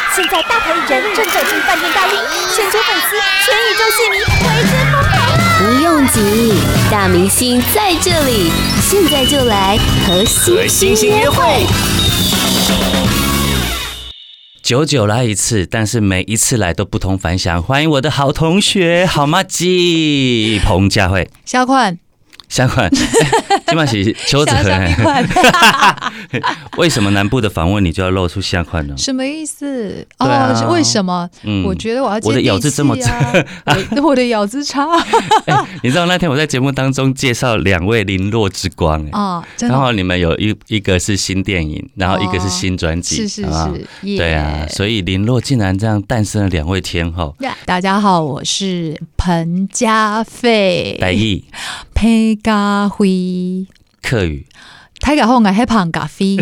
现在大牌艺人正走进饭店大厅，全球粉丝、全宇宙戏迷为之疯狂啊！ 不用急，大明星在这里，现在就来和星星约会。 久久来一次，但是每一次来都不同凡响。欢迎我的好同学，好麻吉彭佳慧。 小款， 今晚是邱子恒。为什么南部的访问你就要露出下款呢？ 什么意思？为什么？我觉得我要接地气啊。 我的咬字这么差， 我的咬字差。 你知道那天我在节目当中介绍2位零落之光然后你们有一个是新电影，然后一个是新专辑， 是， 对啊，所以零落竟然这样诞生了2位天后。 大家好，我是彭佳慧。 台语彭佳慧， 客语大家好，我是彭佳慧。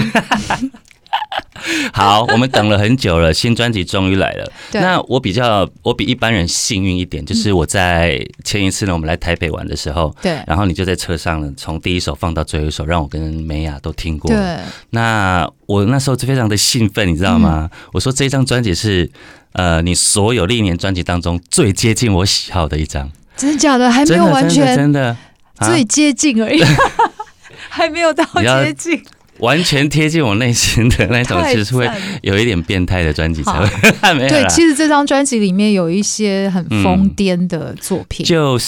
好，我们等了很久了，新专辑终于来了。那我比一般人幸运一点，就是我在前一次呢，我们来台北玩的时候， 对， 然后你就在车上了，从第一首放到最后一首，让我跟美雅都听过。 对， 那我那时候就非常的兴奋，你知道吗？我说这张专辑是你所有历年专辑当中最接近我喜好的一张。 真的假的？还没有完全真的最接近而已，还没有到接近。 完全贴近我内心的那种，是会有一点变态的专辑才会。 对，其实这张专辑里面有一些很疯癫的作品，就是，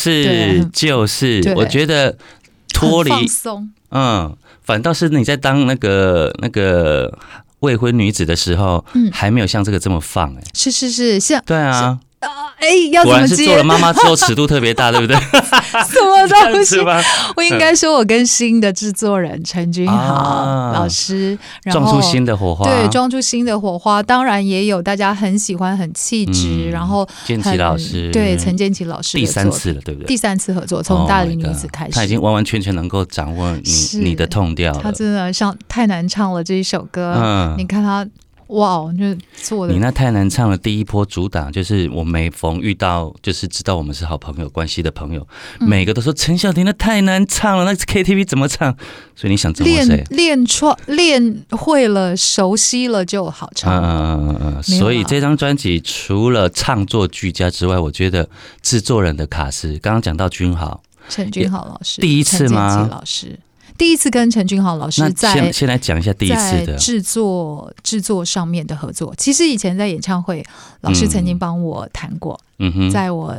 我觉得脱离放松， 反倒是你在当那个未婚女子的时候，还没有像这个这么放是，像对啊。 要怎么接？果然是做了妈妈之后尺度特别大，对不对？ 什么东西？我应该说，我跟新的制作人陈君豪老师，然后撞出新的火花。 对，撞出新的火花。当然也有大家很喜欢、很气质，然后建骐老师， 对，陈建骐老师第3次了，对不对？ 第3次合作，从大龄女子开始， 他已经完完全全能够掌握你的痛调了。 他真的太难唱了这一首歌，你看他。哇，就做的你那太难唱了。第一波主打就是我每逢遇到就是知道我们是好朋友关系的朋友，每个都说陈晓婷那太难唱了，那 KTV 怎么唱？所以你想整我谁？ 练会了，熟悉了就好唱。 所以这张专辑除了唱作俱佳之外，我觉得制作人的卡司，刚刚讲到君豪， 陈君豪老师， 第一次吗？ 陈建骐老师。第一次跟陈君豪老师在先来讲一下第一次的制作上面的合作。其实以前在演唱会，老师曾经帮我弹过。在我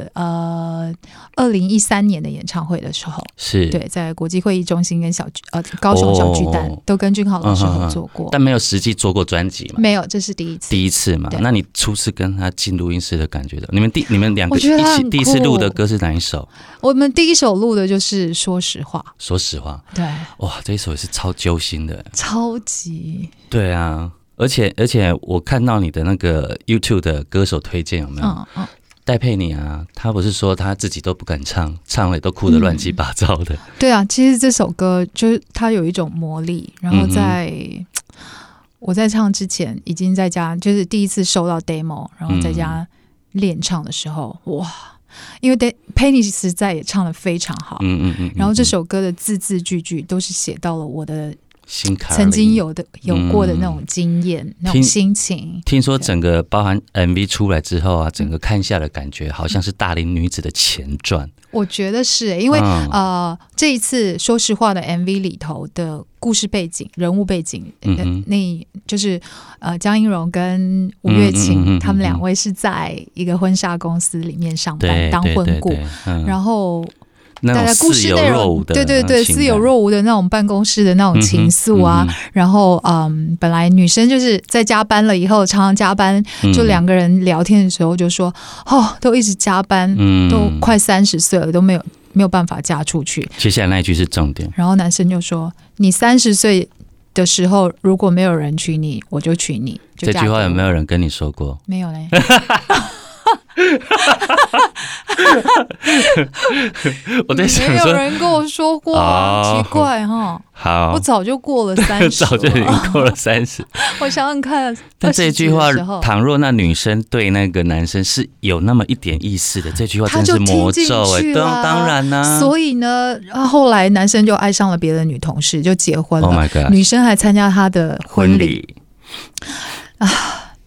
2013年的演唱会的时候， 是对，在国际会议中心跟高雄小巨蛋都跟君豪老师合作过， 但没有实际做过专辑嘛？ 没有，这是第一次嘛？那你初次跟他进录音室的感觉的？你们2个一起第一次录的歌是哪一首？ 我们第一首录的就是说实话。 说实话， 对， 哇，这一首也是超揪心的， 超级。 对啊，而且我看到你的那个 YouTube 的歌手推荐有没有？戴佩妮啊，她不是说她自己都不敢唱，唱了都哭得乱七八糟的。 对啊，其实这首歌就是它有一种魔力，然后我在唱之前已经在家，就是第一次收到 demo， 然后在家练唱的时候，哇！因为佩妮实在也唱得非常好，然后这首歌的字字句句都是写到了我的曾经有过的那种经验，那种心情。 听说整个包含 MV 出来之后啊，整个看下的感觉好像是大龄女子的前传。 我觉得是，因为这一次说实话的 MV 里头的故事背景、人物背景，那就是江映蓉跟吴月琴他们2位是在一个婚纱公司里面上班当婚顾，然后。大家故事内容，对，似有若无的那种办公室的那种情愫啊，然后本来女生就是在加班了以后，常常加班，就2个人聊天的时候就说，都一直加班，都快30岁了，都没有办法嫁出去。 接下来那一句是重点， 然后男生就说，你30岁的时候，如果没有人娶你，我就娶你。 这句话有没有人跟你说过？ 没有嘞。 我在想说， 没有人跟我说过奇怪哈。 好， 我早就过了30， 早就已经过了30。 我想想看， 但这句话，倘若那女生对那个男生是有那么一点意思的，这句话真是魔咒当然啦。 所以呢，后来男生就爱上了别的女同事，就结婚了。 Oh my god！ 女生还参加他的婚礼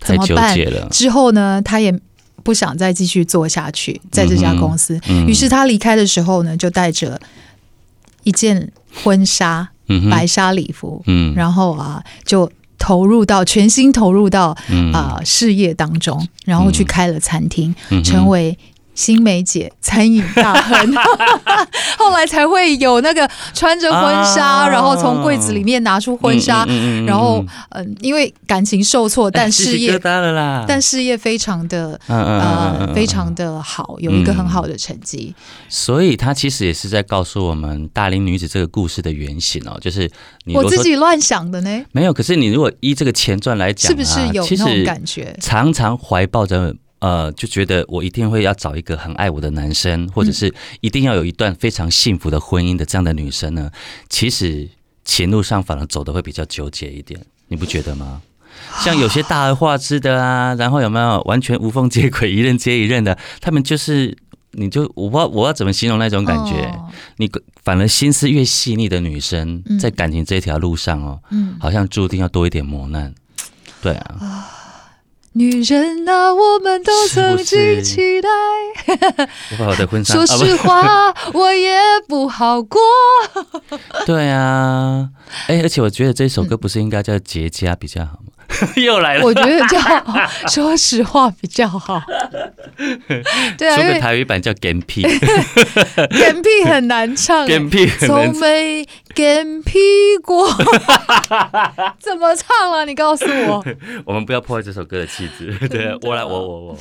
怎么办？ 太纠结了。 之后呢，他也不想再继续做下去，在这家公司。于是他离开的时候呢，就带着一件婚纱，白纱礼服，然后就全心投入到事业当中，然后去开了餐厅，成为新梅姐餐饮大亨。后来才会有那个穿着婚纱，然后从柜子里面拿出婚纱，然后因为感情受挫，但事业非常的非常的好，有一个很好的成绩。 所以他其实也是在告诉我们大龄女子这个故事的原型哦，就是我自己乱想的呢。 没有，可是你如果依这个前传来讲， 是不是有那种感觉？ 常常怀抱着就觉得我一定会要找一个很爱我的男生，或者是一定要有一段非常幸福的婚姻的这样的女生呢，其实前路上反而走得会比较纠结一点，你不觉得吗？像有些大而化之的然后有没有完全无缝接轨，一任接一任的，他们就是我要怎么形容那种感觉？你反而心思越细腻的女生，在感情这条路上好像注定要多一点磨难。对啊。 女人啊，我们都曾经期待。 我把我的婚纱， 说实话，我也不好过。 对啊，而且我觉得这首歌不是应该叫《结痂》比较好吗？又来了， 我觉得叫说实话比较好。对啊， 说个台语版叫《干屁》， 干屁很难唱， 干屁从没干屁过。怎么唱了？你告诉我。 我们不要破坏这首歌的气质。对，我。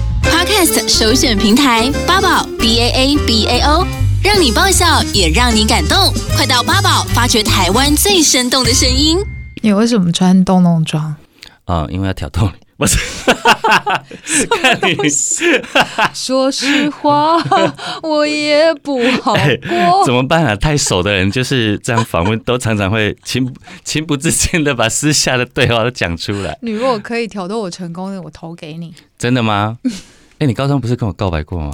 Podcast 首选平台八宝 BAABAO， 让你爆笑也让你感动，快到八宝发掘台湾最生动的声音。 你为什么穿洞洞装？ 因为要挑逗你。不是，看你说实话，我也不好过。 怎么办啊？太熟的人就是这样访问，都常常会情不自禁的把私下的对话都讲出来。 你如果可以挑逗我成功的，我投给你。 真的吗？你高中不是跟我告白过吗？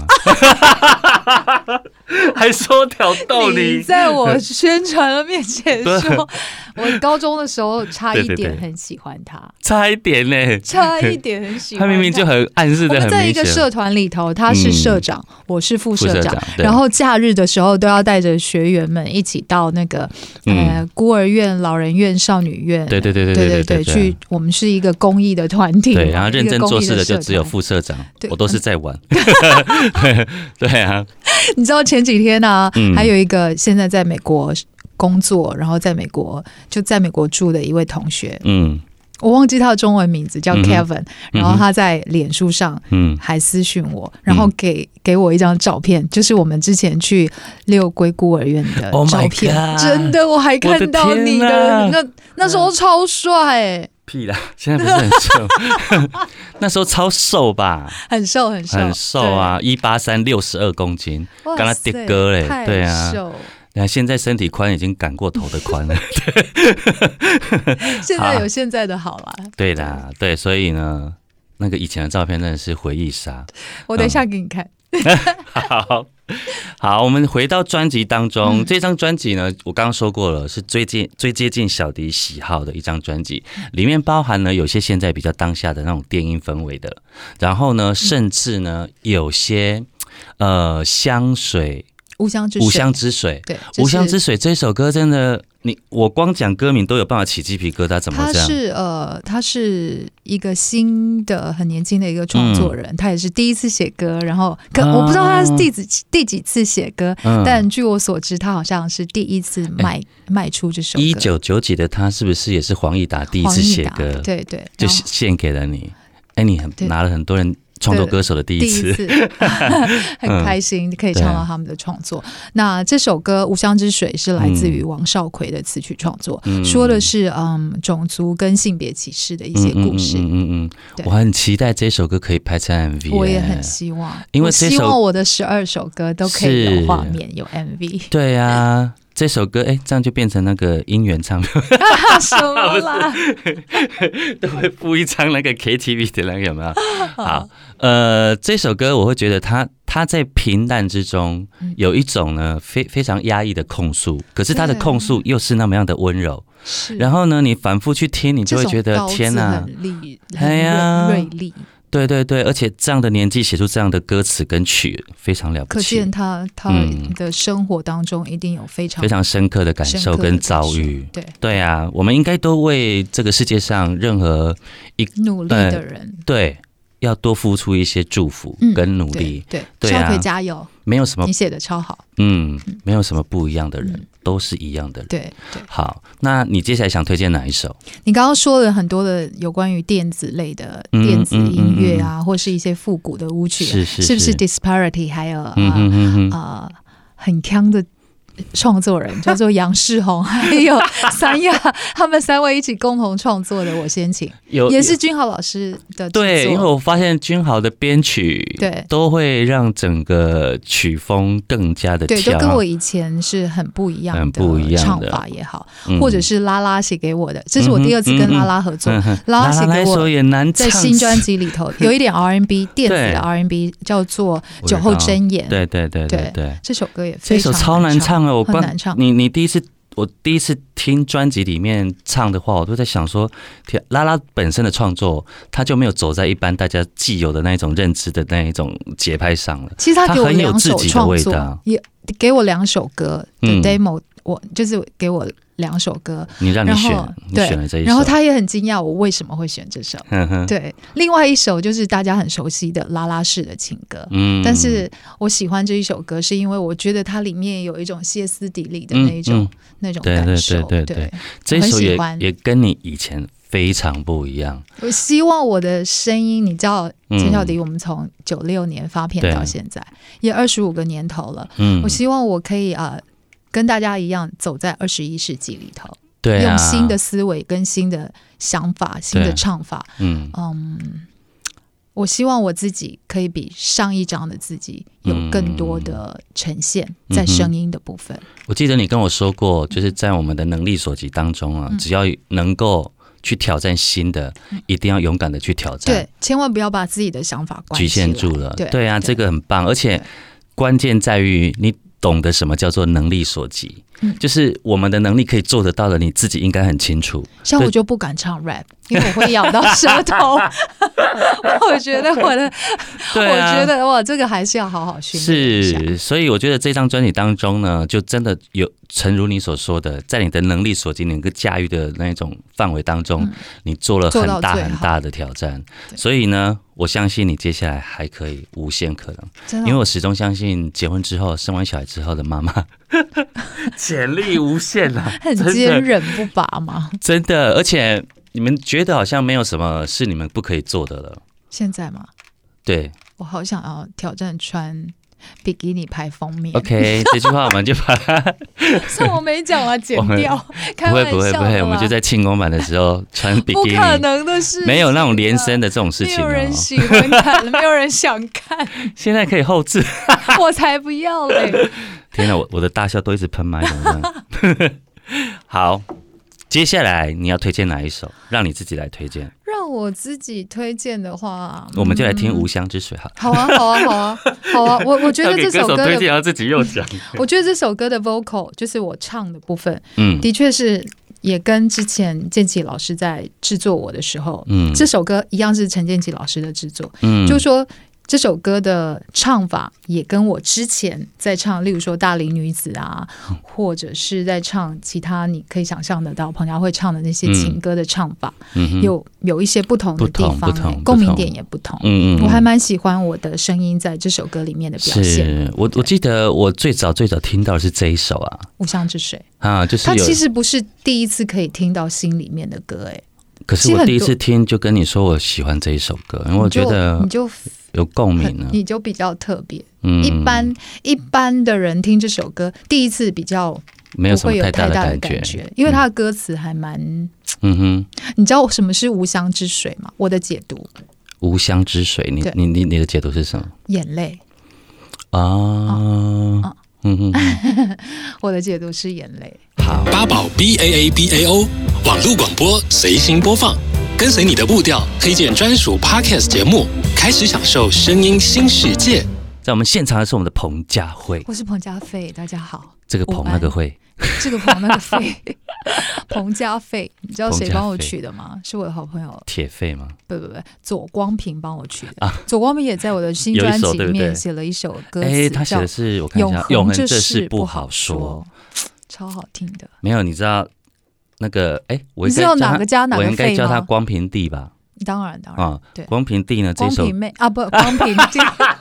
还说挑逗你在我宣传的面前说，我高中的时候差一点很喜欢他， 差一点呢， 差一点很喜欢他。 明明就很暗示的很明显。 我们在一个社团里头，他是社长，我是副社长，然后假日的时候都要带着学员们一起到那个孤儿院、老人院、少女院，对，去。我们是一个公益的团体， 对，然后认真做事的就只有副社长，我都是在玩。对啊。 你知道前几天还有一个现在在美国工作，然后在美国住的一位同学，我忘记他的中文名字叫 Kevin，然后他在脸书上还私讯我，然后给我一张照片，就是我们之前去六龟孤儿院的照片，真的我还看到你的那时候超帅屁啦，现在不是很瘦，那时候超瘦吧， 很瘦啊 ，183 62公斤，刚才跌哥嘞，对啊，现在身体宽已经赶过头的宽了， 现在有现在的好啦， 对啦，对，所以呢，那个以前的照片真的是回忆杀， 我等一下给你看。 好，我们回到专辑当中，这张专辑呢，我刚刚说过了，是最接近小迪喜好的一张专辑，里面包含了有些现在比较当下的那种电音氛围的，然后呢，甚至呢有些香水。无香之水， 对， 无香之水这首歌真的，我光讲歌名都有办法起鸡皮疙瘩，怎么这样？ 他是一个新的很年轻的一个创作人，他也是第一次写歌，然后我不知道他是第几次写歌，但据我所知，他好像是第一次卖出这首歌。 1990几的他是不是也是黄义达第一次写歌？ 对， 就献给了你。你拿了很多人。创作歌手的第一次很开心可以唱到他们的创作。那这首歌《无香之水》是来自于王少奎的词曲创作，说的是种族跟性别歧视的一些故事。 我很期待这首歌可以拍成 MV， 我也很希望， 因为我希望我的12首歌都可以有画面有 MV。 对啊。这首歌这样就变成那个音源唱片什么啦？ 都会附一张那个 KTV 的那个有没有？好，这首歌我会觉得他在平淡之中有一种呢非常压抑的控诉，可是他的控诉又是那么样的温柔。 然后呢，你反复去听，你就会觉得天哪， 很锐利。 对对对，而且这样的年纪写出这样的歌词跟曲，非常了不起。 可见他的生活当中一定有非常深刻的感受跟遭遇。对啊，我们应该都为这个世界上任何努力的人， 对，要多付出一些祝福跟努力。 对啊，可以加油。 没有什么， 你写的超好。 没有什么不一样的人，都是一样的人。 对。 好，那你接下来想推荐哪一首？ 你刚刚说了很多的有关于电子类的电子音乐啊，或是一些复古的舞曲，是不是 Disparity 还有很强的创作人叫做杨世宏还有三亚，他们3位一起共同创作的《我先请》，也是君豪老师的制作。 对，因为我发现君豪的编曲都会让整个曲风更加的对，都跟我以前是很不一样的唱法也好，或者是拉拉写给我的，这是我第2次跟拉拉合作，拉拉写给我在新专辑里头有一点 R&B 电子的 R&B， 叫做《酒后箴言》。 对， 这首歌也非常这首超难唱。 很难唱。 我第一次听专辑里面唱的话，我都在想说，拉拉本身的创作，他就没有走在一般大家既有的那一种认知的那一种节拍上了。 其实他给我2首创作， 也给我2首歌的 demo，我就是给我2首歌， 你选了这一首， 然后他也很惊讶我为什么会选这首。对，另外一首就是大家很熟悉的拉拉式的情歌，但是我喜欢这一首歌，是因为我觉得它里面有一种歇斯底里的那种感受。对， 这一首也跟你以前非常不一样。 我希望我的声音，你知道陈小迪，我们从96年发片到现在，也25个年头了。我希望我可以跟大家一样走在21世纪里头，用新的思维跟新的想法、新的唱法。我希望我自己可以比上一张的自己有更多的呈现在声音的部分。 我记得你跟我说过，就是在我们的能力所及当中啊，只要能够去挑战新的，一定要勇敢的去挑战。 对，千万不要把自己的想法局限住了。对啊，这个很棒，而且关键在于你懂得什么叫做能力所及。就是我们的能力可以做得到的，你自己应该很清楚。 像我就不敢唱 rap， 因为我会咬到舌头。我觉得哇，这个还是要好好训练一下。 是，所以我觉得这张专辑当中呢，就真的有诚如你所说的，在你的能力所及、能够驾驭的那种范围当中，你做了很大很大的挑战。所以呢，我相信你接下来还可以无限可能，因为我始终相信结婚之后、生完小孩之后的妈妈。潜力无限啊， 很坚韧不拔吗？ 真的，而且你们觉得好像没有什么是你们不可以做的了。 现在吗？ 对， 我好想要挑战穿比基尼拍封面。 OK， 这句话我们就把它是我没讲啊，剪掉。 不会，我们就在庆功版的时候穿比基尼。 不可能的事情， 没有那种连身的这种事情。 没有人喜欢看，没有人想看。 现在可以后置， 我才不要嘞！ 天哪，我的大笑都一直喷麦，怎么办？好，接下来你要推荐哪一首？让你自己来推荐。 让我自己推荐的话， 我们就来听《无香之水》 好了。好啊！我觉得这首歌的推荐要自己又讲。 我觉得这首歌的 vocal 就是我唱的部分，的确是也跟之前建骐老师在制作我的时候，这首歌一样是陈建骐老师的制作，就是说。这首歌的唱法也跟我之前在唱，例如说《大龄女子》啊，或者是在唱其他你可以想象得到彭佳慧唱的那些情歌的唱法，有一些不同的地方，共鸣点也不同。我还蛮喜欢我的声音在这首歌里面的表现。 我记得我最早听到的是这一首啊，《 无香之水》 啊，就是它其实不是第一次可以听到心里面的歌， 可是我第一次听就跟你说我喜欢这一首歌，因为我觉得你就有共鸣了， 你就比较特别。一般的人听这首歌，第一次比较没有什么太大的感觉，因为它的歌词还蛮……你知道什么是无香之水吗？我的解读， 无香之水，你的解读是什么？ 眼泪啊。 我的解读是眼泪。 好， 八宝 BAABAO 网络广播随心播放，跟随你的步调，推荐专属 Podcast 节目，开始享受声音新世界。 在我们现场的是我们的彭佳慧， 我是彭佳慧，大家好。 这个彭那个慧， 这个棚那个费，彭家费，你知道谁帮我取的吗？是我的好朋友铁肺吗？ 不，左光平帮我取的。左光平也在我的新专辑里面写了一首歌词， 他写的是我看一下，永恒这事不好说， 超好听的。 没有，你知道那个我你知道哪个加哪个肺吗？ 我应该叫他光平地吧？ 当然对，光平地呢？这首光平妹啊，不，光平地。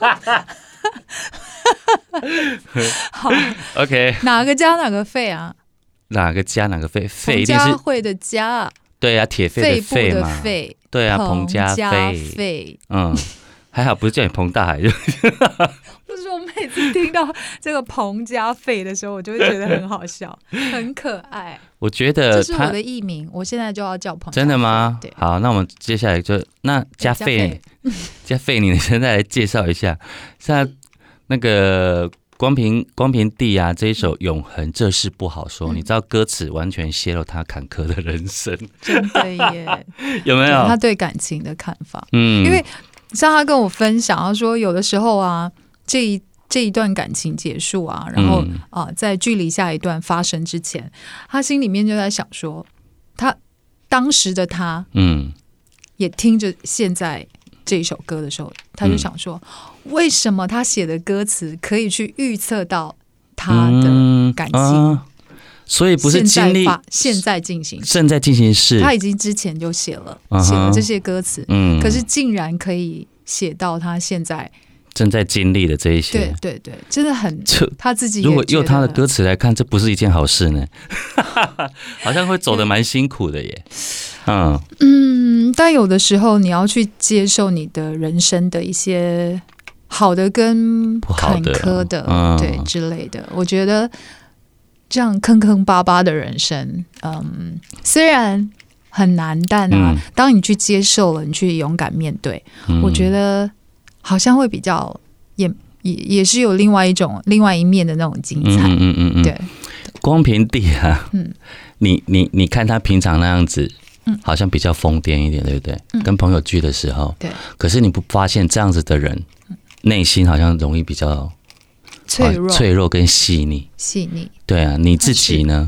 好 ，OK， 哪个加哪个肺啊？ 哪个加哪个肺？肺一定是彭佳慧的佳， 对啊，铁肺的肺嘛， 肺， 对啊，彭佳肺， 还好不是叫你彭大海， 不是我每次听到这个彭佳肺的时候，我就会觉得很好笑，很可爱。 我觉得这是我的艺名，我现在就要叫彭佳肺。 真的吗？ 对， 好，那我们接下来就加肺，你现在来介绍一下，现在那个光平地啊，这一首《永恒这事不好说》，你知道歌词完全泄露他坎坷的人生， 真的耶， 有没有？ 他对感情的看法，因为像他跟我分享，他说有的时候啊，这一段感情结束啊，然后在距离下一段发生之前，他心里面就在想说，他当时的他，也听着现在这一首歌的时候，他就想说，为什么他写的歌词可以去预测到他的感情？ 所以不是经历现在进行式， 他已经之前就写了这些歌词，可是竟然可以写到他现在正在经历的这一些， 对，真的很他自己也觉得。 如果用他的歌词来看，这不是一件好事呢，好像会走得蛮辛苦的耶。 但有的时候你要去接受你的人生的一些好的跟坎坷的，对之类的。我觉得这样坑坑巴巴的人生，虽然很难，但当你去接受了，你去勇敢面对，我觉得好像会比较也是有另外一面的那种精彩。对， 光平地啊，你看他平常那样子。好像比较疯癫一点，对不对？跟朋友聚的时候， 对。 可是你不发现这样子的人，内心好像容易比较脆弱跟细腻。对啊，你自己呢？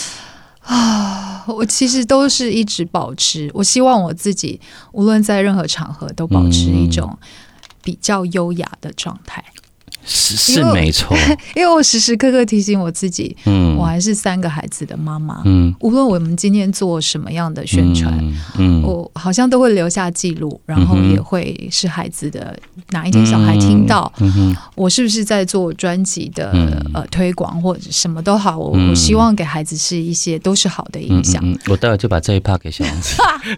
我其实都是一直保持，我希望我自己无论在任何场合都保持一种比较优雅的状态。 是没错， 因为我时时刻刻提醒我自己，我还是3个孩子的妈妈，无论我们今天做什么样的宣传，我好像都会留下记录，然后也会是孩子的哪一天小孩听到，我是不是在做专辑的推广或者什么都好，我希望给孩子是一些都是好的影响。 我待会就把这一 part 给小王子。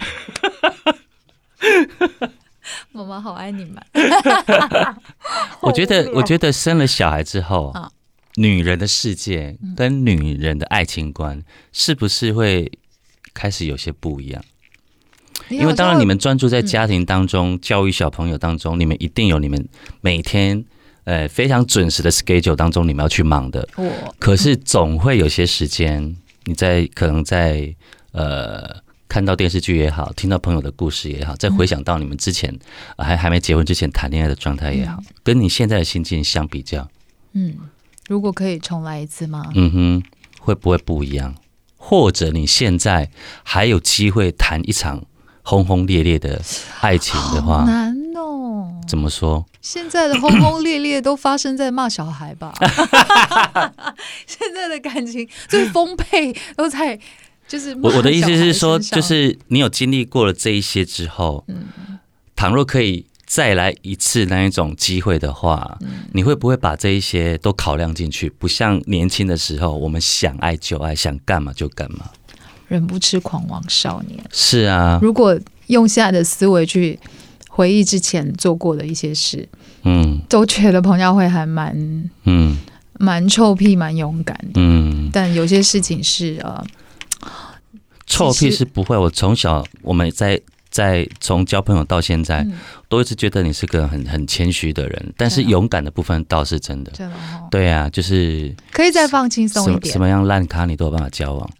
妈妈好爱你们。 我觉得生了小孩之后，女人的世界跟女人的爱情观是不是会开始有些不一样？因为当然你们专注在家庭当中，教育小朋友当中，你们一定有你们每天非常准时的 schedule 当中你们要去忙的。可是总会有些时间，你可能在看到电视剧也好，听到朋友的故事也好，再回想到你们之前还没结婚之前谈恋爱的状态也好，跟你现在的心境相比较， 如果可以重来一次吗？ 会不会不一样？或者你现在还有机会谈一场轰轰烈烈的爱情的话， 好难哦。 怎么说？ 现在的轰轰烈烈都发生在骂小孩吧？现在的感情最丰沛都在。就是我的意思是说，就是你有经历过了这一些之后，倘若可以再来一次那一种机会的话，你会不会把这一些都考量进去？不像年轻的时候，我们想爱就爱，想干嘛就干嘛。 人不痴狂妄少年。 是啊， 如果用现在的思维去回忆之前做过的一些事，都觉得彭佳慧还蛮臭屁，蛮勇敢的。但有些事情是臭屁是不会，我从小我们在从交朋友到现在，都一直觉得你是个很谦虚的人，但是勇敢的部分倒是真的。对啊，就是可以再放轻松一点。 什么样烂咖你都有办法交往。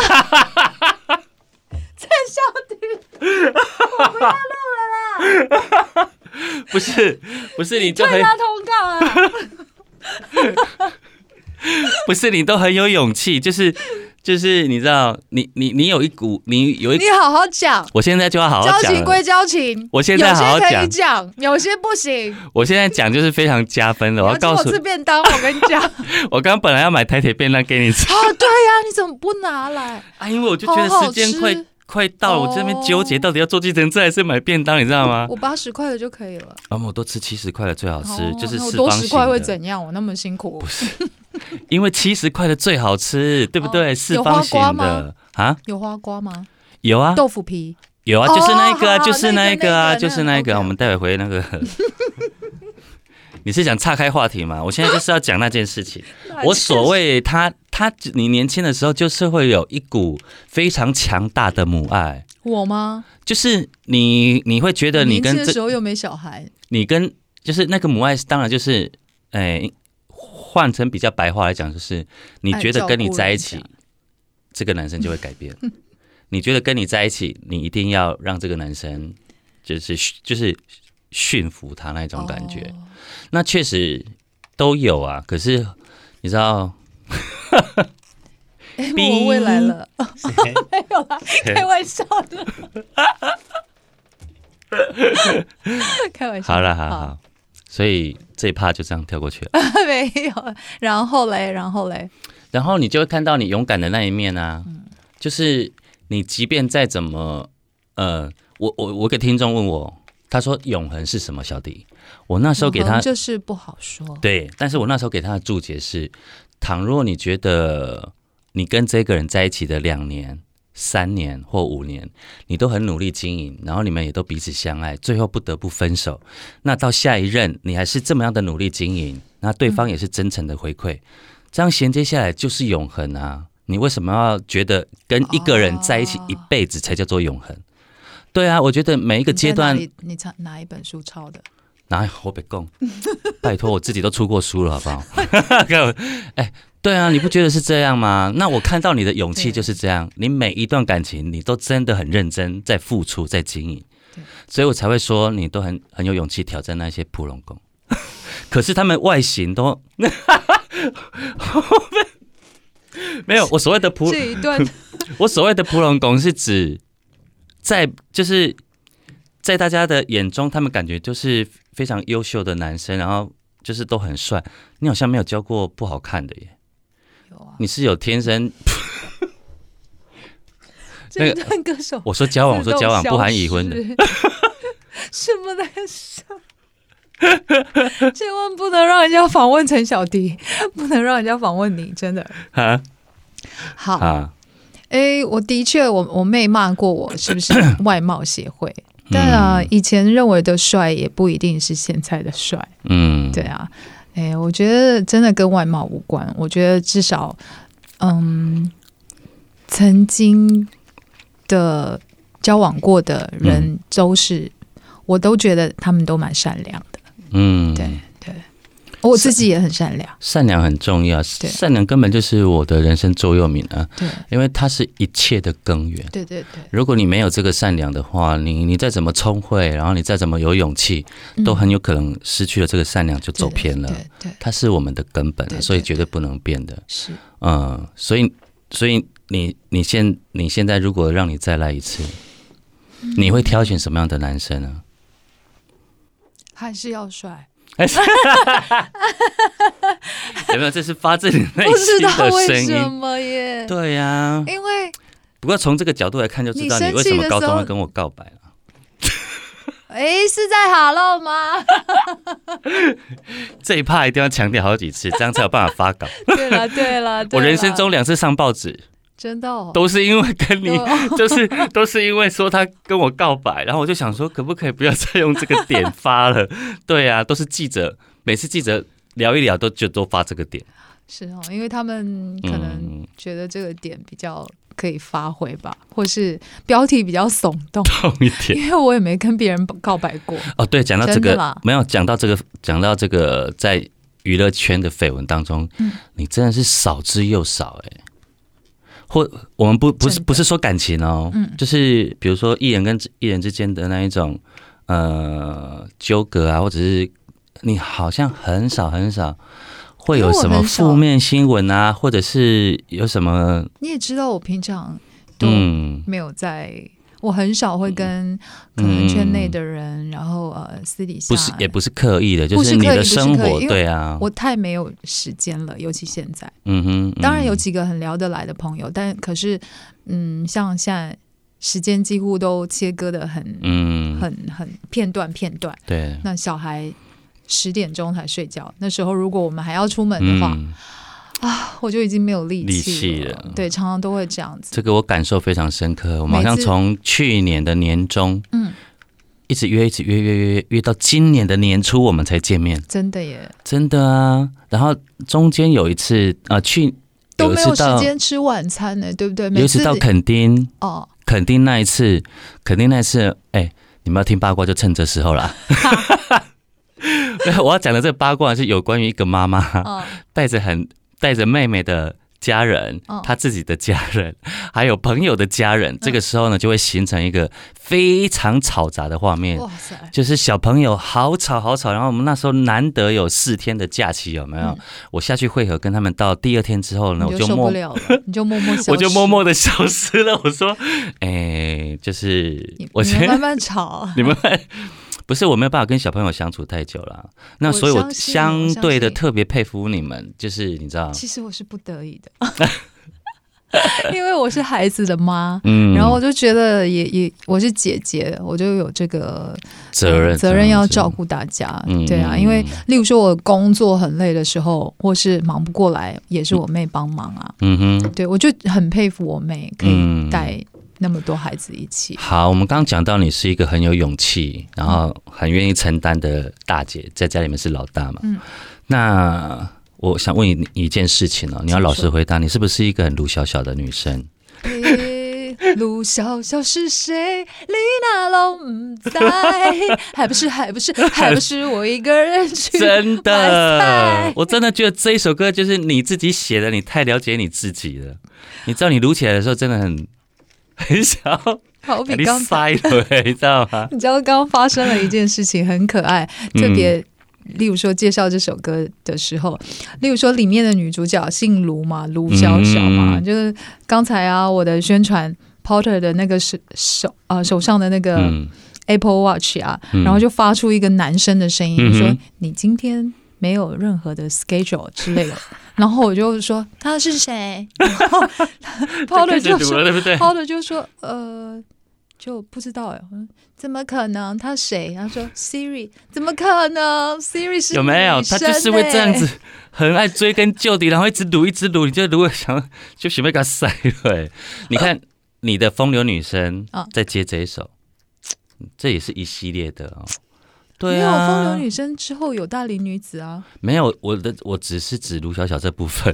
在笑你，我不要录了啦！ 不是，你就退他通告啊！ 不是你都很有勇气，就是你知道，你有一股，你好好讲。 我现在就要好好讲了。 交情归交情， 我现在好好有些可以讲，有些不行。 我现在讲就是非常加分的。我要告诉你，吃便当，我跟你讲。 我刚本来要买台铁便当给你吃。 对呀，你怎么不拿来？ 因为我就觉得时间快到了，我这边纠结到底要坐计程车还是买便当，你知道吗？ 我80块的就可以了。 我都吃70块的最好吃，就是我多 10块会怎样？我那么辛苦？ 不是，因为70块的最好吃，对不对？四方形的啊？ 有花瓜吗？ 有啊， 豆腐皮有啊，就是那个啊，就是那个啊，就是那个。我们待会回那个。你是想岔开话题吗？我现在就是要讲那件事情。我所谓你年轻的时候就是会有一股非常强大的母爱。 我吗？ 就是你会觉得你跟年轻的时候又没小孩， 你跟就是那个母爱，当然就是换成比较白话来讲，就是你觉得跟你在一起，这个男生就会改变。你觉得跟你在一起，你一定要让这个男生就是驯服他那种感觉。那确实都有啊，可是你知道， 我未来了，没有啦，开玩笑的，开玩笑。 好了，好，所以这一趴就这样跳过去了。 没有，然后嘞， 然后你就会看到你勇敢的那一面啊，就是你即便再怎么，我个听众问我，他说永恒是什么？小弟，我那时候给他就是不好说。 对，但是我那时候给他的注解是：倘若你觉得你跟这个人在一起的2年、3年或5年，你都很努力经营，然后你们也都彼此相爱，最后不得不分手，那到下一任你还是这么样的努力经营，那对方也是真诚的回馈，这样衔接下来就是永恒啊！你为什么要觉得跟一个人在一起一辈子才叫做永恒？对啊，我觉得每一个阶段， 你哪一本书抄的？ 我别讲，拜托，我自己都出过书了，好不好？对啊，你不觉得是这样吗？那我看到你的勇气就是这样，你每一段感情你都真的很认真在付出，在经营，所以我才会说你都很有勇气挑战那些普龙宫。可是他们外形都没有，我所谓的普这一段， 我所谓的普龙宫是指就是在大家的眼中，他们感觉就是非常优秀的男生，然后就是都很帅。你好像没有交过不好看的耶。 有啊， 你是有天生这一段歌手， 我说交往不含已婚的， 什么的事？千万不能让人家访问陈小迪，不能让人家访问你，真的。好，我的确，我妹骂过我，是不是外貌协会？但以前认为的帅也不一定是现在的帅。对啊，我觉得真的跟外貌无关。我觉得至少，曾经的交往过的人我都觉得他们都蛮善良的。对，我自己也很善良。善良很重要，善良根本就是我的人生座右铭啊。对，因为它是一切的根源。对。如果你没有这个善良的话，你再怎么聪慧，然后你再怎么有勇气，都很有可能失去了这个善良就走偏了。对，它是我们的根本，所以绝对不能变的。是，所以你现在如果让你再来一次，你会挑选什么样的男生呢？ 还是要帅。 有没有？这是发自你内心的声音。 不知道为什么耶？ 对呀、啊， 因为不过从这个角度来看，就知道你为什么高中会跟我告白了。 是在哈喽吗？ 这一趴一定要强调好几次，这样才有办法发稿。 对了， 我人生中2次上报纸。 真的都是因为跟你，都是因为说他跟我告白，然后我就想说，可不可以不要再用这个点发了？对啊，都是记者，每次记者聊一聊都发这个点。 是哦，因为他们可能觉得这个点比较可以发挥吧，或是标题比较耸动一点。 因为我也没跟别人告白过。 对，讲到这个没有讲到这个在娱乐圈的绯闻当中，你真的是少之又少或我们不是说感情哦，就是比如说艺人跟艺人之间的那一种纠葛啊，或者是你好像很少， 会有什么负面新闻啊，或者是有什么？ 你也知道，我平常都没有在。我很少会跟可能圈内的人，然后私底下也不是刻意的，就是你的生活，对啊， 我太没有时间了，尤其现在。 当然有几个很聊得来的朋友，但可是像现在时间几乎都切割的很片段。 对， 那小孩10点钟才睡觉，那时候如果我们还要出门的话。我就已经没有力气了。对，常常都会这样子。 这个我感受非常深刻。我们好像从去年的年中，一直约到今年的年初，我们才见面。 真的耶， 真的啊。然后中间有一次都没有时间吃晚餐呢，对不对？ 有一次到垦丁垦丁那一次，你们要听八卦就趁这时候啦。我要讲的这个八卦是有关于一个妈妈带着妹妹的家人，她自己的家人，还有朋友的家人，这个时候呢，就会形成一个非常吵杂的画面。哇塞！就是小朋友好吵，然后我们那时候难得有4天的假期，有没有？我下去会合跟他们到第2天之后呢， 我就受不了了，你就默默消失， 我就默默的消失了。我说，就是我你们慢慢吵， 你们。不是我没有办法跟小朋友相处太久了，那所以我相对的特别佩服你们，就是你知道， 其实我是不得已的，因为我是孩子的妈，然后我就觉得也我是姐姐，我就有这个责任要照顾大家，对啊，因为例如说我工作很累的时候，或是忙不过来，也是我妹帮忙啊，对，我就很佩服我妹可以带那么多孩子一起。 好，我们刚刚讲到你是一个很有勇气，然后很愿意承担的大姐，在家里面是老大嘛。那我想问你一件事情你要老实回答，你是不是一个很鲁小小的女生？ 鲁小小是谁？你那拢不在，还不是我一个人去。 真的，我真的觉得这一首歌就是你自己写的，你太了解你自己了。你知道你录起来的时候，真的很想好比刚才， 你知道吗？ 你知道刚刚发生了一件事情，很可爱，特别。例如说介绍这首歌的时候，例如说里面的女主角姓卢嘛，卢小小嘛，就是刚才我的宣传 Porter 的那个手上的那个 Apple Watch 然后就发出一个男生的声音，说你今天没有任何的 schedule 之类的，然后我就说他是谁？然后 Porter 就说，对不对 ？Porter 就说就不知道怎么可能？他谁？他说 Siri， 怎么可能 ？Siri 是有没有？他就是会这样子，很爱追根究底，然后一直撸，你就如果想就准备给他塞了。你看你的风流女生在接这一首，这也是一系列的对啊， 没有风流女生之后有大龄女子啊？ 没有，我只是指卢小小这部分。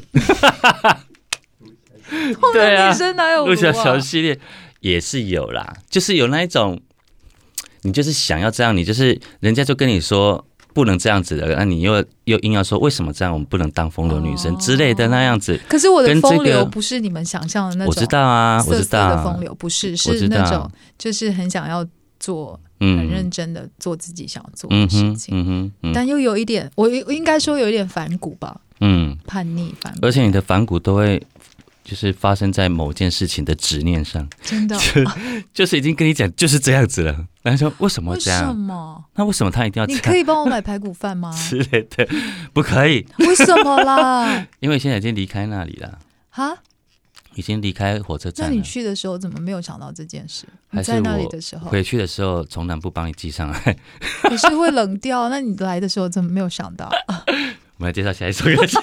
风流女生哪有卢小小系列？也是有啦，就是有那一种，你就是想要这样，你就是人家就跟你说不能这样子的，那你又硬要说为什么这样，我们不能当风流女生之类的那样子。 可是我的风流不是你们想象的那种， 我知道啊， 色色的风流不是，是那种就是很想要做，很认真的做自己想做的事情，但又有一点，我应该说有一点反骨吧，叛逆反骨， 而且你的反骨都会。就是发生在某件事情的执念上， 真的， 就是已经跟你讲就是这样子了。然后说为什么这样？ 为什么？ 那为什么他一定要这样？ 你可以帮我买排骨饭吗？ 之类的，不可以。 为什么啦？ 因为现在已经离开那里了。哈？已经离开火车站了。 那你去的时候怎么没有想到这件事？ 还是你在那里的时候， 回去的时候从南部帮你寄上来， 可是会冷掉。那你来的时候怎么没有想到？ 我们来介绍下一首歌曲。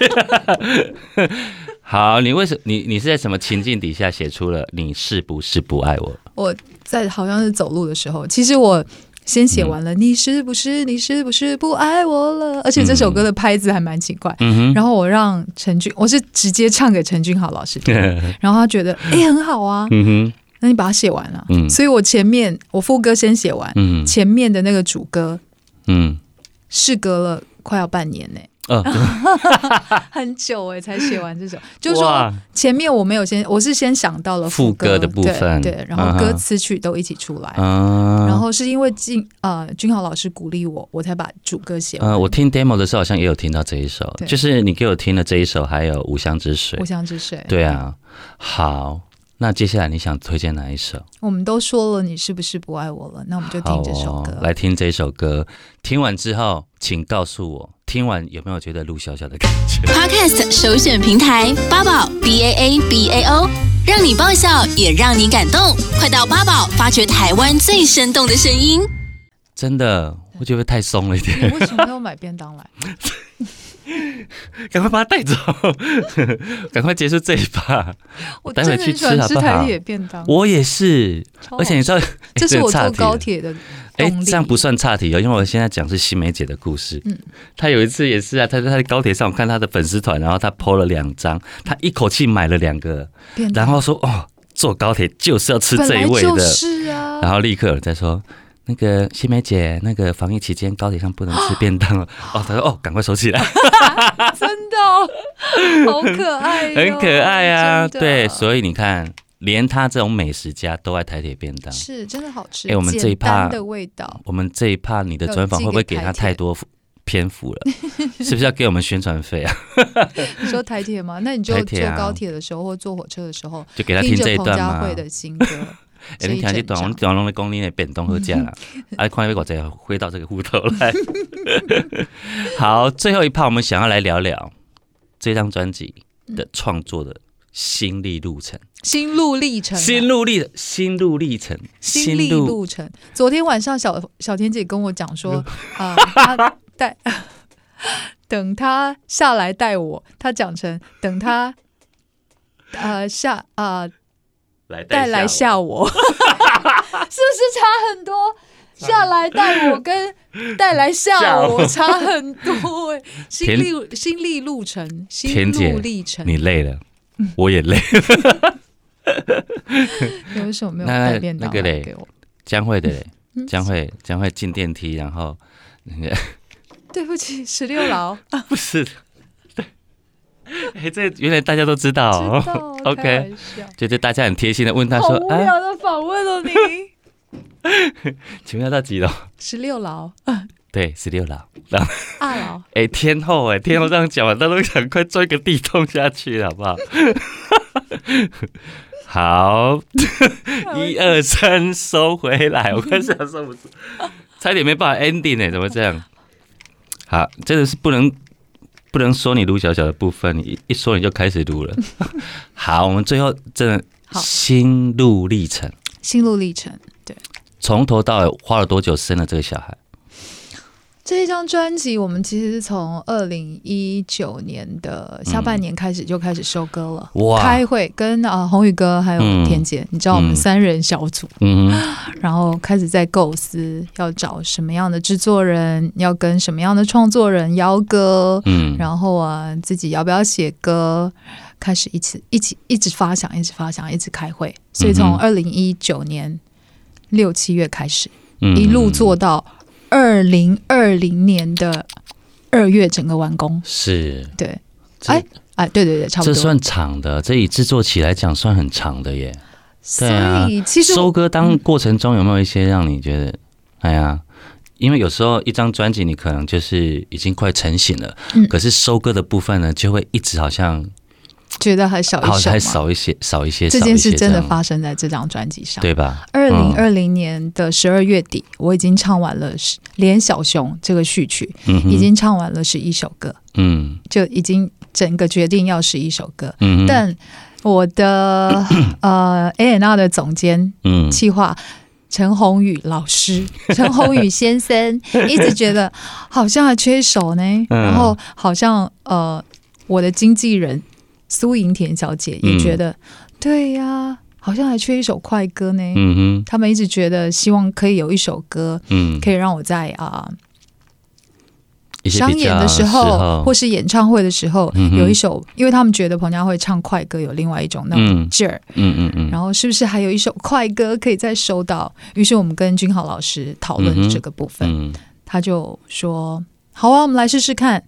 好，你为什么你是在什么情境底下写出了你是不是不爱我？ 我在好像是走路的时候，其实我先写完了，你是不是不爱我了？而且这首歌的拍子还蛮奇怪，然后我让陈俊，我是直接唱给陈俊豪老师听，然后他觉得很好啊，那你把它写完了，所以我副歌先写完，前面的那个主歌，事隔了快要半年呢。 很久才写完这首，就是说前面我是先想到了副歌的部分， 对，然后歌词曲都一起出来，然后是因为君豪老师鼓励我才把主歌写完。 我听 demo 的时候好像也有听到这一首，就是你给我听的这一首，还有无香之水。 无香之水， 对啊。好，那接下来你想推荐哪一首？ 我们都说了你是不是不爱我了，那我们就听这首歌。 来听这首歌，听完之后请告诉我，听完有没有觉得陆小小的感觉？ Podcast 首选平台八宝 BAABAO， 让你爆笑也让你感动，快到八宝发掘台湾最生动的声音。 真的，我觉得太松了一点。 你为什么要买便当来？ 赶快把它带走，赶快结束这一趴。 我真的很喜欢吃台铁便当， 我也是，而且你知道， 这是我坐高铁的动力。 这样不算岔题哦，因为我现在讲是新梅姐的故事。她有一次也是啊，她在高铁上，我看她的粉丝团，然后她 po 了2张，她一口气买了2个，然后说坐高铁就是要吃这一味的， 本来就是啊。 然后立刻有人在说，那个新梅姐，那个防疫期间高铁上不能吃便当了。她说赶快收起来。 真的好可爱很可爱啊。对，所以你看，连他这种美食家都爱台铁便当， 是真的好吃。 我们这一趴的味道， 我们这一趴你的专访会不会给他太多篇幅了？是不是要给我们宣传费啊？ 你说台铁吗？那你就坐高铁的时候或坐火车的时候， 就给他听这一段嘛。 彭佳慧的新歌。 你听这段，我们短龙的公里的便当好吃啦。看要我再回到这个户头来。好，最后一趴我们想要来聊聊这张专辑的创作的心路历程。心路历程。 昨天晚上小田姐跟我讲说，她等她下来带我，她讲成等她带来下我，是不是差很多？下来带我跟带来下我差很多心路历程， 你累了，我也累了。 有什么没有带便当来给我？ 江蕙的嘞，江蕙进电梯，然后那个对不起，16楼不是。这原来大家都知道哦。OK， 就是大家很贴心的问他说：“ 好无聊的访问哦，你。” 请问要到几楼 ？16楼。 对，16楼。 2楼。 天后这样讲完，大家都赶快钻个地洞下去，好不好？好，1、2、3，收回来。我快想收不住，差点没办法 ending 怎么这样？好，真的是不能说你卢小小的部分，你一说你就开始录了。好，我们最后真的心路历程， 对， 从头到尾花了多久生了这个小孩？ 这一张专辑我们其实是从2019年的下半年开始就开始收歌了，开会跟宏宇哥还有田姐，你知道我们3人小组，然后开始在构思要找什么样的制作人，要跟什么样的创作人邀歌，然后自己要不要写歌，开始一直发想，一直开会，所以从2019年6、7月开始，一路做到2020年的2月整个完工。 是， 对，对，差不多。 这算长的，这以制作期来讲算很长的耶。 对啊，所以其实收歌过程中有没有一些让你觉得，因为有时候一张专辑你可能就是已经快成型了，可是收歌的部分呢，就会一直好像觉得还少一些。这件事真的发生在这张专辑上， 对吧 ？2020年的12月底，我已经唱完了《连小熊》这个序曲，已经唱完了11首歌，就已经整个决定要11首歌。但我的A&R 的总监企划陈宏宇老师，陈宏宇先生一直觉得好像还缺一首呢，然后好像我的经纪人苏银田小姐也觉得，对呀，好像还缺一首快歌呢。他们一直觉得希望可以有一首歌，可以让我在商演的时候或是演唱会的时候有一首，因为他们觉得彭佳慧唱快歌有另外一种那种劲儿，然后是不是还有一首快歌可以再收到？于是我们跟君豪老师讨论这个部分，他就说好啊，我们来试试看。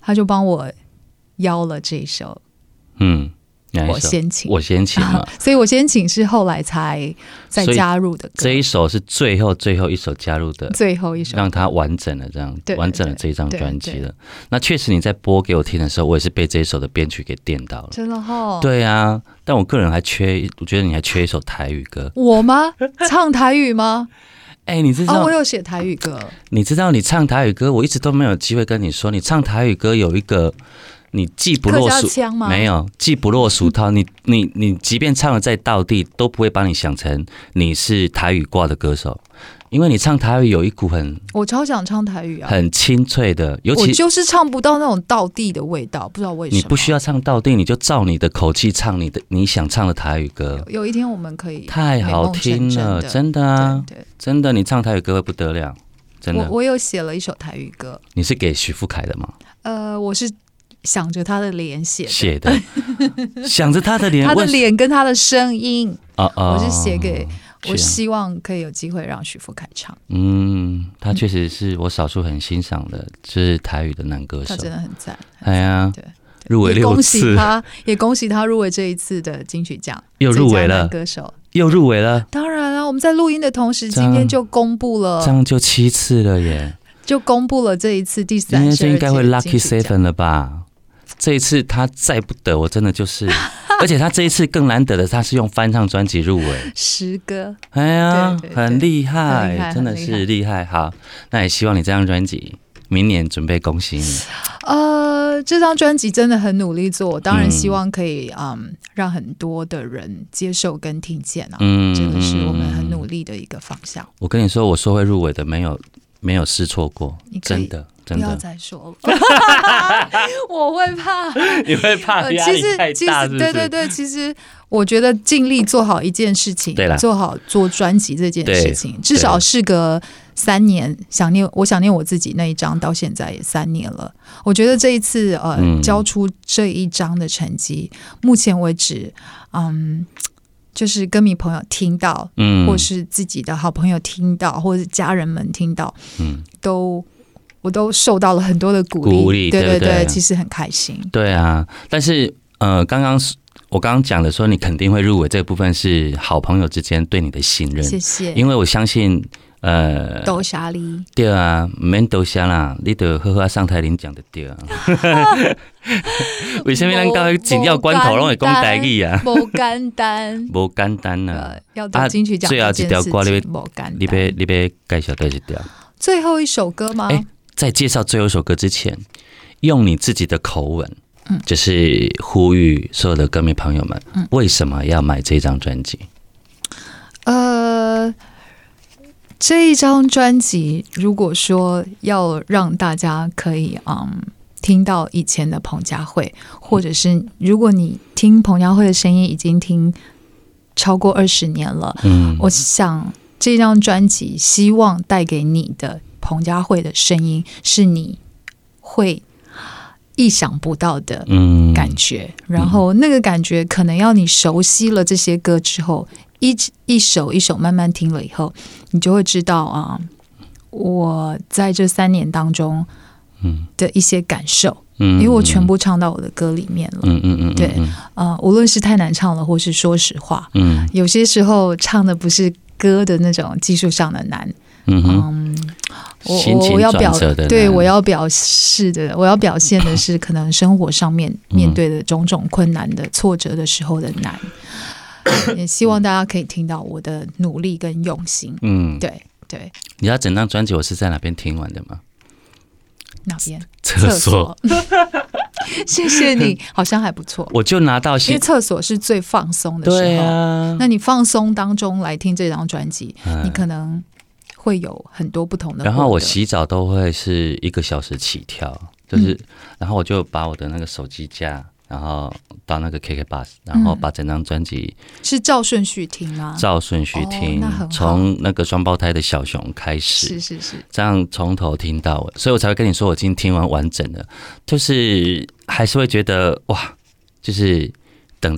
他就帮我邀了这一首。我先请嘛所以我先请是后来才再加入的歌。 这一首是最后一首加入的， 最后一首让它完整了完整了这一张专辑了。那确实你在播给我听的时候，我也是被这一首的编曲给电到了， 真的齁。 对啊，但我个人我觉得你还缺一首台语歌。 我吗？唱台语吗？ 你知道我有写台语歌。 你知道你唱台语歌，我一直都没有机会跟你说，你唱台语歌有一个。你既不落俗，没有，既不落俗套。你即便唱的再道地，都不会把你想成你是台语挂的歌手，因为你唱台语有一股我超想唱台语啊， 很清脆的，尤其我就是唱不到那种道地的味道，不知道为什么。 你不需要唱道地，你就照你的口气唱你想唱的台语歌。 有一天我们可以太好听了，真的啊，真的，你唱台语歌会不得了，真的。 我有写了一首台语歌， 你是给许富凯的吗？ 我是。想着他的脸写的，想着他的脸， 他的脸跟他的声音，我是写给我希望可以有机会让许富凯唱。 他确实是我少数很欣赏的，就是台语的男歌手， 他真的很赞。 哎呀，入围6次， 也恭喜他入围这一次的金曲奖， 又入围了， 男歌手又入围了。 当然了，我们在录音的同时，今天就公布了， 这样就7次了耶， 就公布了这一次第32届。 今天就应该会 Lucky 7了吧？这一次他再不得，我真的就是，而且他这一次更难得的，他是用翻唱专辑入围诗歌， 哎呀，很厉害，真的是厉害。好，那也希望你这张专辑明年准备恭喜你。 这张专辑真的很努力做，当然希望可以让很多的人接受跟听见啊，这个是我们很努力的一个方向。 我跟你说，我说会入围的没有试错过，真的。 不要再说了，我会怕。 你会怕压力太大是不是？ 对，其实我觉得尽力做好一件事情，做好做专辑这件事情，至少事隔3年，我想念我自己那一张到现在也3年了。我觉得这一次交出这一张的成绩，目前为止，就是歌迷朋友听到，或是自己的好朋友听到，或是家人们听到，我都受到了很多的鼓励，对，其实很开心。对啊，但是我刚刚讲的说你肯定会入围这个部分是好朋友之间对你的信任， 谢谢。 因为我相信多谢你。 对啊，不免多谢啦，你就好好上台领奖就对啊。为什么咱到紧要关头拢会讲台语啊？ 不简单， 不简单啊！ 要得金曲奖最后一条歌你要介绍多一条？ 最后一首歌吗？ 在介绍最后一首歌之前，用你自己的口吻，就是呼吁所有的歌迷朋友们，为什么要买这张专辑？ 这一张专辑，如果说要让大家可以听到以前的彭佳慧，或者是如果你听彭佳慧的声音已经听超过20年了，我想这张专辑希望带给你的彭佳慧的声音是你会意想不到的感觉，然后那个感觉可能要你熟悉了这些歌之后，一首一首慢慢听了以后，你就会知道我在这3年当中的一些感受，因为我全部唱到我的歌里面了。对，无论是太难唱了，或是说实话，有些时候唱的不是歌的那种技术上的难。我要我要表示的，我要表现的是可能生活上面面对的种种困难的挫折的时候的难，也希望大家可以听到我的努力跟用心。对。 你知道整张专辑我是在哪边听完的吗？ 哪边？ 厕所。 谢谢你，好像还不错。 我就拿到， 因为厕所是最放松的时候。对啊，那你放松当中来听这张专辑，你可能会有很多不同的。 然后我洗澡都会是1个小时起跳，就是然后我就把我的那个手机架，然后到那个 KKBOX， 然后把整张专辑是照顺序听吗？ 照顺序听，从那个双胞胎的小熊开始， 是， 这样从头听到尾，所以我才会跟你说我今天听完完整的，就是还是会觉得哇，就是等到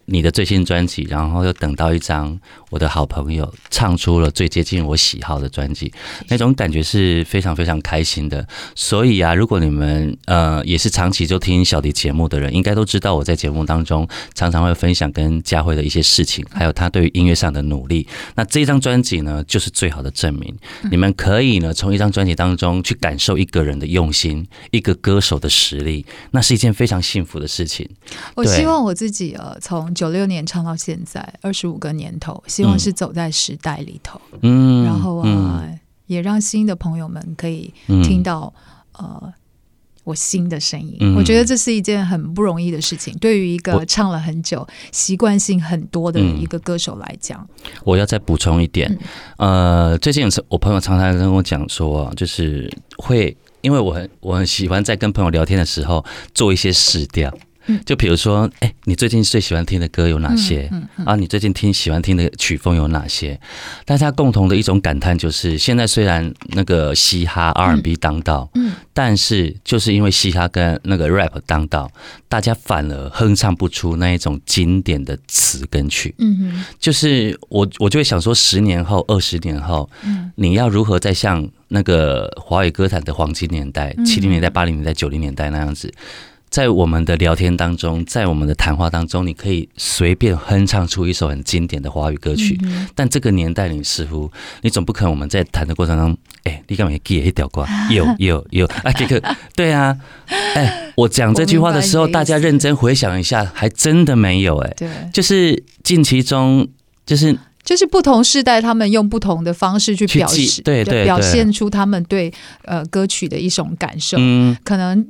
你的最新专辑，然后又等到一张我的好朋友唱出了最接近我喜好的专辑，那种感觉是非常非常开心的。所以啊，如果你们也是长期就听小迪节目的人，应该都知道我在节目当中常常会分享跟佳慧的一些事情，还有他对于音乐上的努力。那这一张专辑呢，就是最好的证明。你们可以呢从一张专辑当中去感受一个人的用心，一个歌手的实力，那是一件非常幸福的事情。 我希望我自己从96年唱到现在25个年头，希望是走在时代里头，然后也让新的朋友们可以听到我新的声音。我觉得这是一件很不容易的事情，对于一个唱了很久、习惯性很多的一个歌手来讲。 我要再补充一点，最近我朋友常常跟我讲说，就是会因为我很喜欢在跟朋友聊天的时候做一些试调。就比如说，你最近最喜欢听的歌有哪些？你最近喜欢听的曲风有哪些？但是他共同的一种感叹就是，现在虽然那个嘻哈 R&B 当道，但是就是因为嘻哈跟那个 rap 当道，大家反而哼唱不出那一种经典的词跟曲。就是我就会想说，10年后、20年后，你要如何再像那个华语歌坛的黄金年代，70年代、80年代、90年代那样子？在我们的聊天当中，在我们的谈话当中，你可以随便哼唱出一首很经典的华语歌曲。但这个年代你似乎，你总不可能我们在谈的过程中，你干嘛记一条歌？有啊，这个对啊，我讲这句话的时候，大家认真回想一下，还真的没有对， 就是近期中就是不同世代，他们用不同的方式去表示， 对， 表现出他们对歌曲的一种感受。可能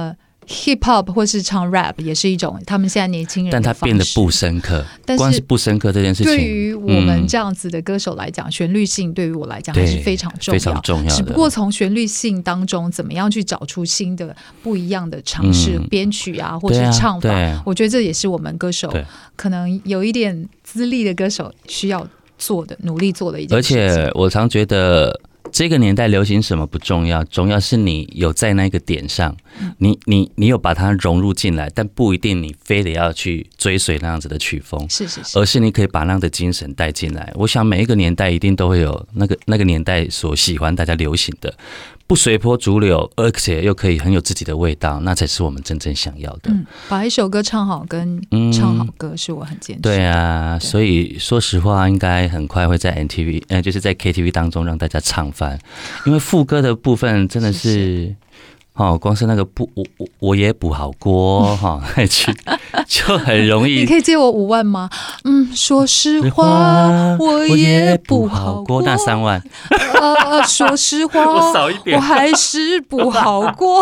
hip hop 或是唱 rap 也是一种他们现在年轻人的方式，但它变得不深刻。光是不深刻这件事情， 对于我们这样子的歌手来讲，旋律性对于我来讲还是非常重要， 非常重要的。 只不过从旋律性当中，怎么样去找出新的不一样的尝试，编曲啊，或是唱法，我觉得这也是我们歌手可能有一点资历的歌手需要做的、努力做的一件事情。 而且我常觉得，这个年代流行什么不重要，重要是你有在那个点上，你有把它融入进来，但不一定你非得要去追随那样子的曲风， 是， 而是你可以把那样的精神带进来。我想每一个年代一定都会有那个年代所喜欢大家流行的，不随波逐流，而且又可以很有自己的味道，那才是我们真正想要的。 把一首歌唱好跟唱好歌是我很坚持。 对啊，所以说实话，应该很快会在 MTV，就是在 KTV 当中让大家唱翻，因为副歌的部分真的是。光是那个我也不好过就很容易。 你可以借我5万吗？说实话，我也不好过。 那3万。 说实话， 我少一点， 我还是不好过。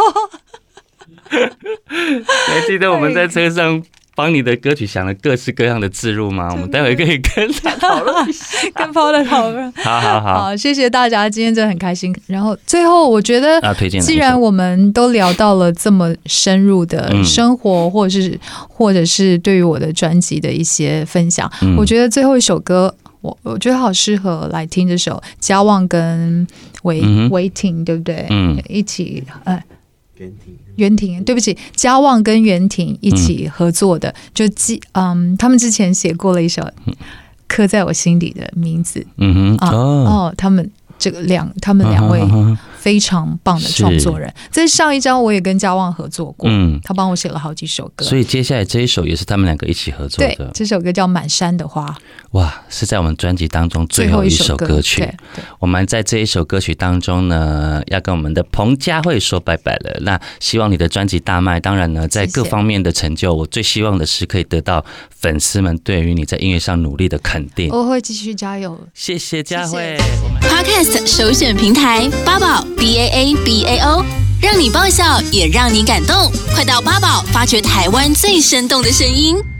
你还记得我们在车上帮你的歌曲想了各式各样的置入吗？我们待会可以跟他讨论一下， 跟抛的讨论。 好， 谢谢大家，今天真的很开心。然后最后，我觉得，既然我们都聊到了这么深入的生活，或者是对于我的专辑的一些分享，我觉得最后一首歌，我觉得好适合来听这首嘉旺跟韦婷，对不对？一起袁婷，对不起，嘉旺跟袁婷一起合作的，他们之前写过了一首刻在我心里的名字，他们两位非常棒的创作人，在上一张我也跟嘉旺合作过，他帮我写了好几首歌， 所以接下来这一首也是他们两个一起合作的。 对，这首歌叫《满山的花》， 哇，是在我们专辑当中最后一首歌曲。 对， 我们在这一首歌曲当中呢，要跟我们的彭佳慧说拜拜了。那希望你的专辑大卖，当然呢，在各方面的成就，我最希望的是可以得到粉丝们对于你在音乐上努力的肯定。 我会继续加油。 谢谢佳慧。 Podcast 首选平台八宝 BAABAO， 让你爆笑也让你感动，快到八宝发掘台湾最生动的声音。